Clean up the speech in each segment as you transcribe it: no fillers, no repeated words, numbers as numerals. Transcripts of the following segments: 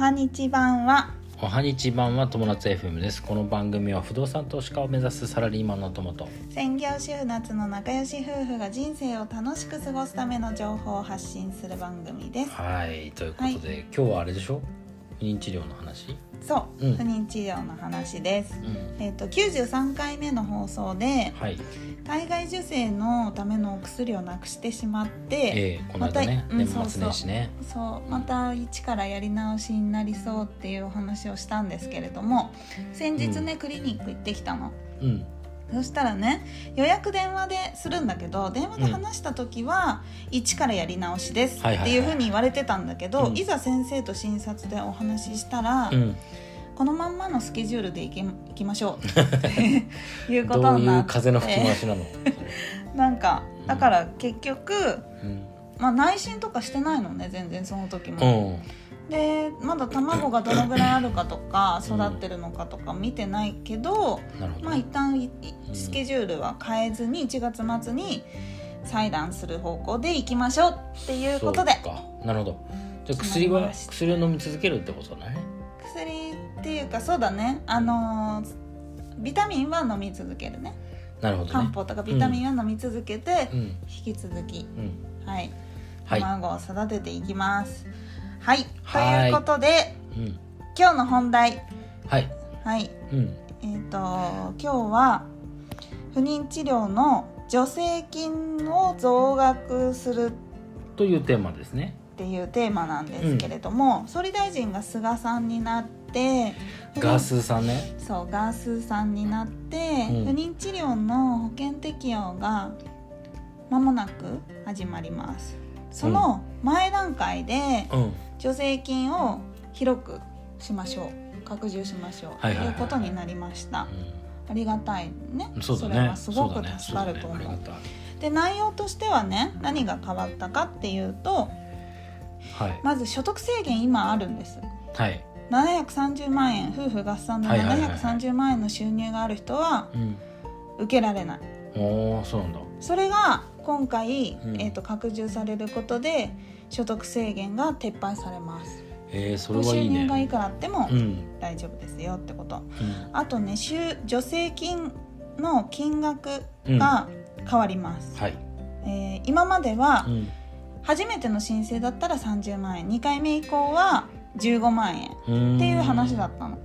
はにち版はおはにち版は友達 FM です。この番組は不動産投資家を目指すサラリーマンの友と専業主婦夏の仲良し夫婦が人生を楽しく過ごすための情報を発信する番組です。 はい、ということで、今日はあれでしょ、不妊治療の話。 そう、不妊治療の話です、93回目の放送で、体外受精のためのお薬をなくしてしまって、 この間ね、年末年始ね、 そうまた一からやり直しになりそうっていうお話をしたんですけれども、先日ね、クリニック行ってきたの。そしたらね、予約電話でするんだけど、電話で話した時は一からやり直しですっていう風に言われてたんだけど、いざ先生と診察でお話ししたら、このまんまのスケジュールで行きましょうっていうことになって、 どういう風の吹き回しなのなんかだから結局、内診とかしてないのね、全然その時も。でまだ卵がどのぐらいあるかとか育ってるのかとか見てないけど、一旦スケジュールは変えずに1月末に採卵する方向でいきましょうっていうことで。 そうか、なるほど。じゃあ薬を飲み続けるってことだね。 薬っていうか、そうだね、ビタミンは飲み続けるね。 なるほどね。 漢方とかビタミンは飲み続けて、引き続き、卵を育てていきます。はい、ということで、今日の本題。今日は不妊治療の助成金を増額するというテーマですね。 っていうテーマなんですけれども、総理大臣が菅さんになって、 ガースーさんね。 そう、ガースーさんになって、不妊治療の保険適用が間もなく始まります。その前段階で、助成金を広くしましょう、拡充しましょうということになりました。ありがたいね。それはすごく助かると思う。で、内容としてはね、何が変わったかっていうと、まず所得制限今あるんです。730万円、夫婦合算で730万円の収入がある人は受けられない。 そうなんだ。 それが今回、拡充されることで所得制限が撤廃されます。 それはいいね。 収入がいくらあっても大丈夫ですよってこと。あとね、助成金の金額が変わります。今までは、初めての申請だったら30万円、2回目以降は15万円っていう話だったの。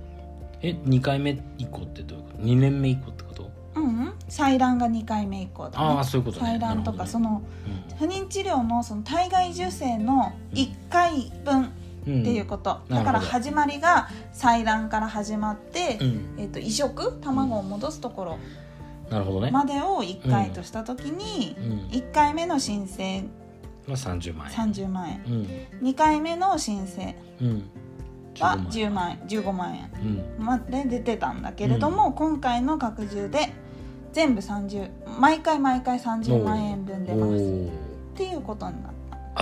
2回目以降ってどういうこと？ 2 年目以降ってこと？ 採卵が2回目以降だね。 そういうことね。 採卵とか、その不妊治療のその体外受精の1回分っていうこと、だから始まりが採卵から始まって、移植、卵を戻すところまでを1回とした時に、1回目の申請 30万円、 2回目の申請は15万円まで出てたんだけれども、今回の拡充で全部毎回30万円分出ますっていうことになった。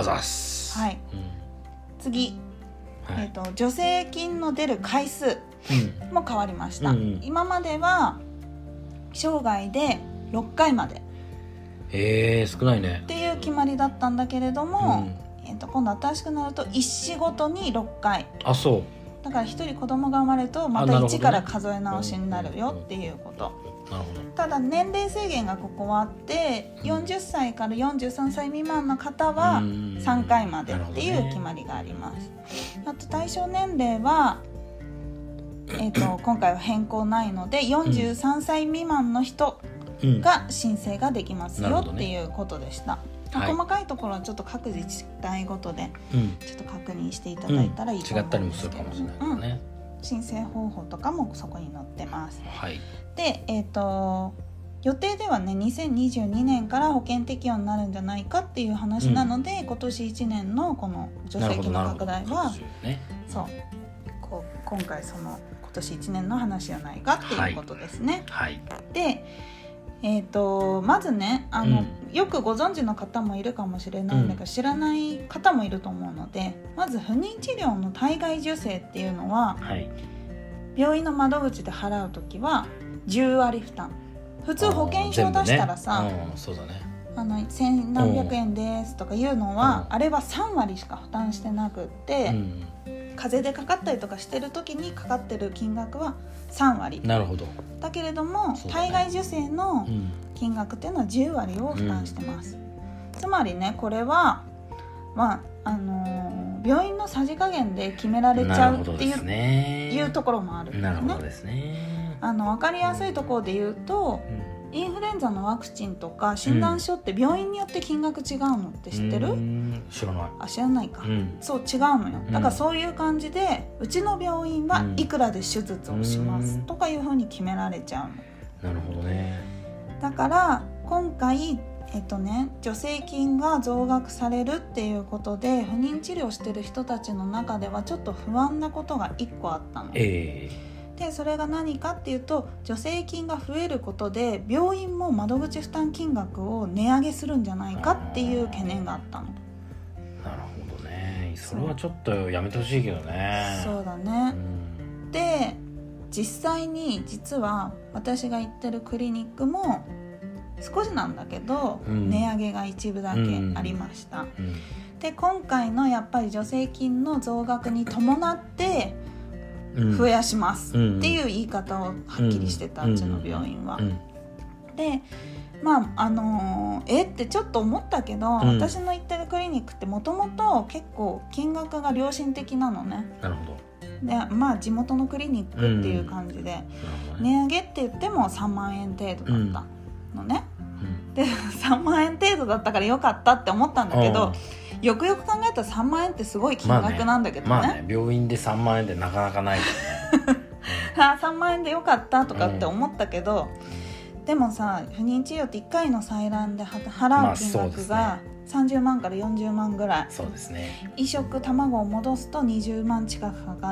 あざっす。 次、助成金の出る回数も変わりました。今までは生涯で6回まで少ないねっていう決まりだったんだけれども、今度新しくなると1子ごとに6回。 そうだから1人子供が生まれるとまた1から数え直しになるよっていうこと。ただ年齢制限がここはあって、40歳から43歳未満の方は3回までっていう決まりがあります。あと対象年齢は、今回は変更ないので43歳未満の人が申請ができますよっていうことでした。細かいところはちょっと各自治体ごとでちょっと確認していただいたらいいと思うんですけど、申請方法とかもそこに載ってます。で、予定ではね、2022年から保険適用になるんじゃないかっていう話なので、今年1年のこの助成金の拡大は、今回その今年1年の話じゃないかっていうことですね。で、まずね、よくご存知の方もいるかもしれないんだけど、知らない方もいると思うので、まず不妊治療の体外受精っていうのは、病院の窓口で払うときは10割負担。普通保険証出したらさ、千何百円ですとかいうのは、あれは3割しか負担してなくって、 風邪でかかったりとかしてる時にかかってる金額は3割。 なるほど。 だけれども、体外受精の金額っていうのは10割を負担してます、つまりねこれは、病院のさじ加減で決められちゃうっていうところもあるんですね。 なるほどですね。 分かりやすいところで言うと、インフルエンザのワクチンとか診断書って病院によって金額違うのって知ってる？ 知らない。 知らないか、そう違うのよ。だからそういう感じで、うちの病院はいくらで手術をしますとかいうふうに決められちゃうの。なるほどね。 だから今回助成金が増額されるっていうことで、不妊治療してる人たちの中ではちょっと不安なことが1個あったの。でそれが何かっていうと、助成金が増えることで病院も窓口負担金額を値上げするんじゃないかっていう懸念があったの。 なるほどね。それはちょっとやめてほしいけどね。 そうだね、で実際に実は私が行ってるクリニックも少しなんだけど、値上げが一部だけありました、で今回のやっぱり助成金の増額に伴って増やしますっていう言い方をはっきりしてた、うちの病院は。でってちょっと思ったけど、私の行ってるクリニックってもともと結構金額が良心的なのね。 なるほど。 で地元のクリニックっていう感じで、値上げって言っても3万円程度だったのね、で3万円程度だったからよかったって思ったんだけど、よくよく考えたら3万円ってすごい金額なんだけどね、 病院で3万円ってなかなかないからね 3万円でよかったとかって思ったけど、でもさ、不妊治療って1回の採卵で払う金額が30万から40万ぐらい。 そうですね。 移植卵を戻すと20万近くかかって、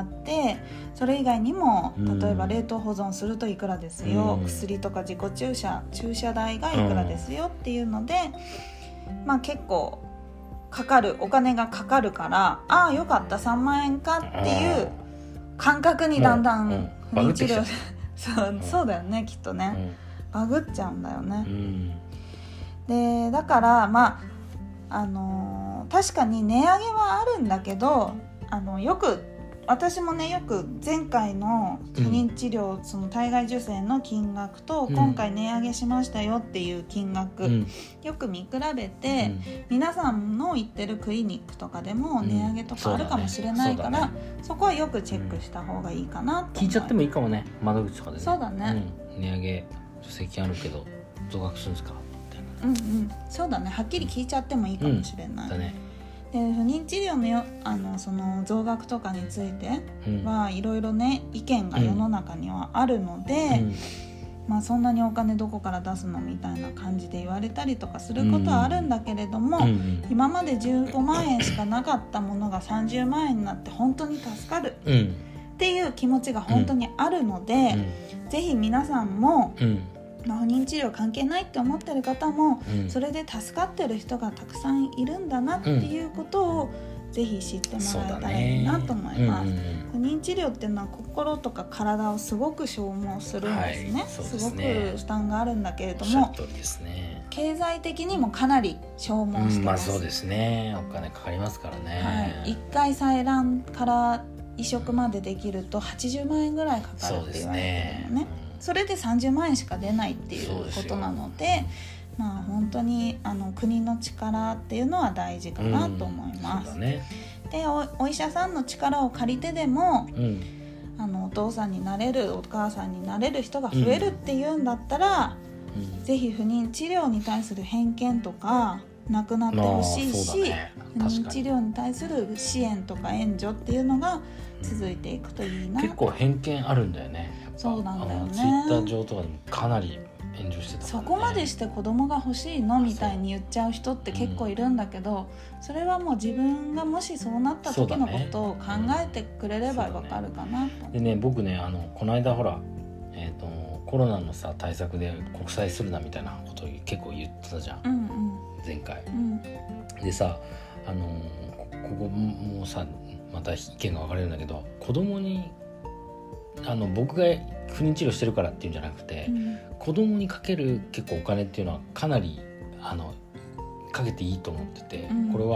それ以外にも例えば冷凍保存するといくらですよ、薬とか自己注射代がいくらですよっていうので、結構かかる、お金がかかるから、ああよかった3万円かっていう感覚にだんだん不妊治療そうだよね、きっとね、バグっちゃうんだよね、でだから確かに値上げはあるんだけど、私もねよく前回の不妊治療、その体外受精の金額と今回値上げしましたよっていう金額、よく見比べて、皆さんの行ってるクリニックとかでも値上げとかあるかもしれないから、そこはよくチェックした方がいいかなと。 聞いちゃってもいいかもね、窓口とかでね。 そうだね、 値上げ助成金あるけど増額するんですかみたいな。 そうだね、はっきり聞いちゃってもいいかもしれない、 だね。 で不妊治療のその増額とかについてはいろいろね意見が世の中にはあるので、そんなにお金どこから出すのみたいな感じで言われたりとかすることはあるんだけれども、今まで15万円しかなかったものが30万円になって本当に助かるっていう気持ちが本当にあるので、ぜひ皆さんも、不妊治療関係ないって思ってる方も、それで助かってる人がたくさんいるんだなっていうことを、ぜひ知ってもらえたらいいなと思います。不妊治療っていうのは心とか体をすごく消耗するんですね、すごく負担があるんだけれども、経済的にもかなり消耗してます。 そうですね、お金かかりますからね、 1回採卵から移植までできると80万円ぐらいかかるって言われてるのね。それで30万円しか出ないっていうことなので、本当に国の力っていうのは大事かなと思います、で お医者さんの力を借りてでも、お父さんになれるお母さんになれる人が増えるっていうんだったら、ぜひ不妊治療に対する偏見とかなくなってほしいし、不妊治療に対する支援とか援助っていうのが続いていくといいな。 結構偏見あるんだよね。 そうなんだよね。 ツイッター上とかでもかなり炎上してたからね。 そこまでして子供が欲しいのみたいに言っちゃう人って結構いるんだけど、それはもう自分がもしそうなった時のことを考えてくれればわかるかなと。 でね、僕ねこの間ほら、コロナのさ対策で国債するなみたいなことを結構言ってたじゃん、前回、でさここもさまた意見が分かれるんだけど、子供に僕が不妊治療してるからっていうんじゃなくて、子供にかける結構お金っていうのはかなりかけていいと思ってて、これは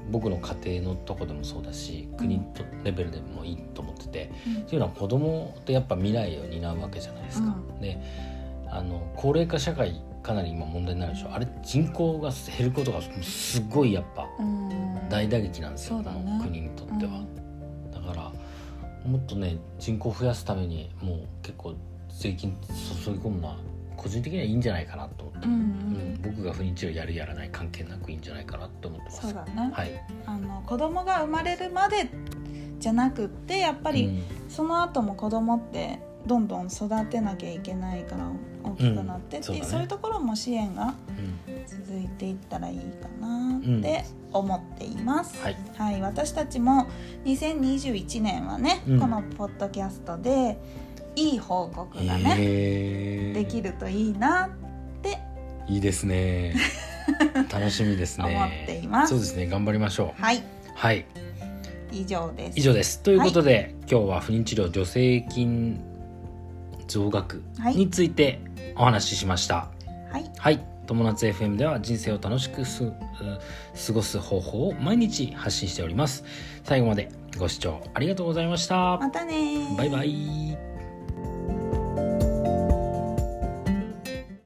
僕の家庭のとこでもそうだし、国レベルでもいいと思ってて、そういうのは子供ってやっぱ未来を担うわけじゃないですか。で高齢化社会かなり今問題になるでしょ。あれ人口が減ることがすごいやっぱ大打撃なんですよ、この国にとっては。だからもっとね人口を増やすためにもう結構税金注ぎ込むのは個人的にはいいんじゃないかなと思って、僕が不妊治療やるやらない関係なくいいんじゃないかなと思ってます。 そうだね、 はい、 子供が生まれるまでじゃなくってやっぱりその後も子供ってどんどん育てなきゃいけないから大きくなってって、そういうところも支援が続いていったらいいかなって思っています、はい、私たちも2021年はね、このポッドキャストでいい報告がね、できるといいなっていいですね楽しみですね思っています。 そうですね、頑張りましょう。はい、はい、 以上です。 ということで、今日は不妊治療助成金増額についてお話ししました。はい、はい、友達 FM では人生を楽しく過ごす方法を毎日発信しております。最後までご視聴ありがとうございました。 またね。 バイバイ。